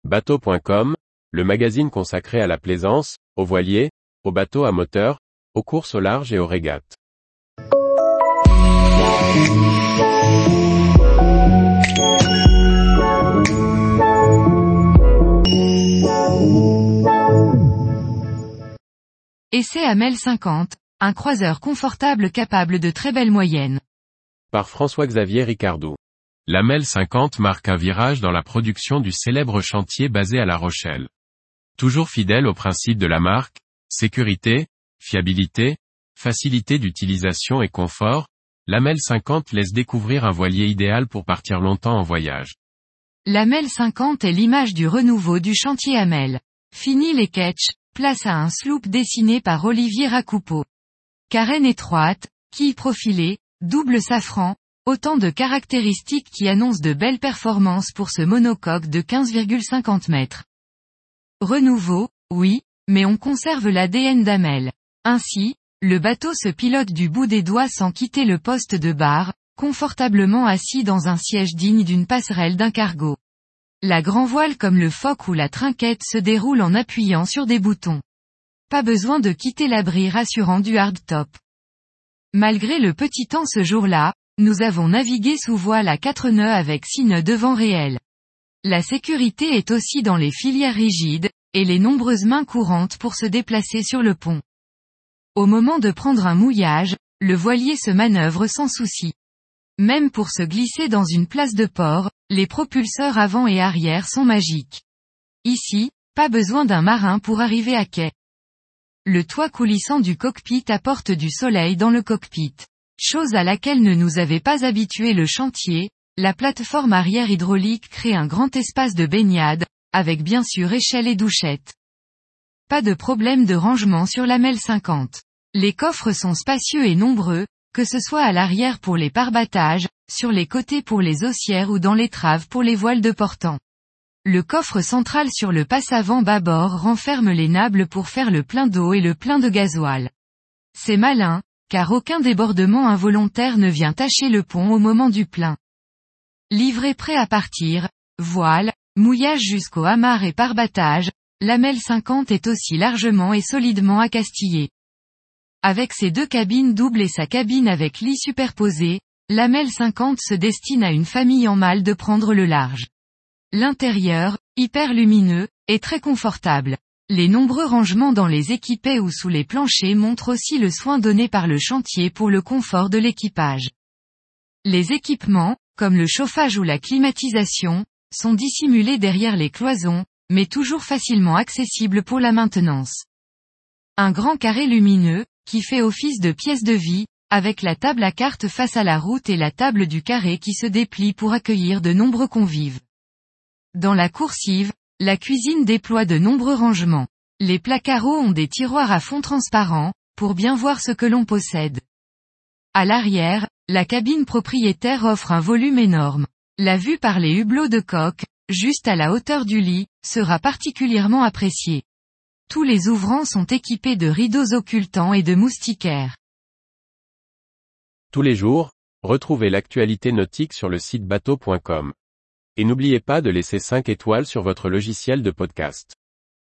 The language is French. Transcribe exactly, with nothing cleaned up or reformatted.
bateau point com, le magazine consacré à la plaisance, aux voiliers, aux bateaux à moteur, aux courses au large et aux régates. Essai Hamel cinquante, un croiseur confortable capable de très belles moyennes. Par François-Xavier Ricardou. L'Hamel cinquante marque un virage dans la production du célèbre chantier basé à La Rochelle. Toujours fidèle aux principes de la marque, sécurité, fiabilité, facilité d'utilisation et confort, l'Hamel cinquante laisse découvrir un voilier idéal pour partir longtemps en voyage. L'Hamel cinquante est l'image du renouveau du chantier Hamel. Fini les ketchs, place à un sloop dessiné par Olivier Racoupeau. Carène étroite, quille profilée, double safran, autant de caractéristiques qui annoncent de belles performances pour ce monocoque de quinze virgule cinquante mètres. Renouveau, oui, mais on conserve l'A D N d'Hamel. Ainsi, le bateau se pilote du bout des doigts sans quitter le poste de barre, confortablement assis dans un siège digne d'une passerelle d'un cargo. La grand voile comme le foc ou la trinquette se déroule en appuyant sur des boutons. Pas besoin de quitter l'abri rassurant du hardtop. Malgré le petit temps ce jour-là, nous avons navigué sous voile à quatre nœuds avec six nœuds de vent réel. La sécurité est aussi dans les filières rigides, et les nombreuses mains courantes pour se déplacer sur le pont. Au moment de prendre un mouillage, le voilier se manœuvre sans souci. Même pour se glisser dans une place de port, les propulseurs avant et arrière sont magiques. Ici, pas besoin d'un marin pour arriver à quai. Le toit coulissant du cockpit apporte du soleil dans le cockpit. Chose à laquelle ne nous avait pas habitué le chantier, la plateforme arrière hydraulique crée un grand espace de baignade, avec bien sûr échelle et douchette. Pas de problème de rangement sur l'Hamel cinquante. Les coffres sont spacieux et nombreux, que ce soit à l'arrière pour les pare-battages, sur les côtés pour les haussières ou dans l'étrave pour les voiles de portant. Le coffre central sur le passe-avant bâbord renferme les nables pour faire le plein d'eau et le plein de gasoil. C'est malin, car aucun débordement involontaire ne vient tacher le pont au moment du plein. Livré prêt à partir, voile, mouillage jusqu'au amarre et pare-battage, l'Hamel cinquante est aussi largement et solidement accastillé. Avec ses deux cabines doubles et sa cabine avec lit superposé, l'Hamel cinquante se destine à une famille en mal de prendre le large. L'intérieur, hyper lumineux, est très confortable. Les nombreux rangements dans les équipets ou sous les planchers montrent aussi le soin donné par le chantier pour le confort de l'équipage. Les équipements, comme le chauffage ou la climatisation, sont dissimulés derrière les cloisons, mais toujours facilement accessibles pour la maintenance. Un grand carré lumineux, qui fait office de pièce de vie, avec la table à cartes face à la route et la table du carré qui se déplie pour accueillir de nombreux convives. Dans la coursive, la cuisine déploie de nombreux rangements. Les placards ont des tiroirs à fond transparent, pour bien voir ce que l'on possède. À l'arrière, la cabine propriétaire offre un volume énorme. La vue par les hublots de coque, juste à la hauteur du lit, sera particulièrement appréciée. Tous les ouvrants sont équipés de rideaux occultants et de moustiquaires. Tous les jours, retrouvez l'actualité nautique sur le site bateau point com. Et n'oubliez pas de laisser cinq étoiles sur votre logiciel de podcast.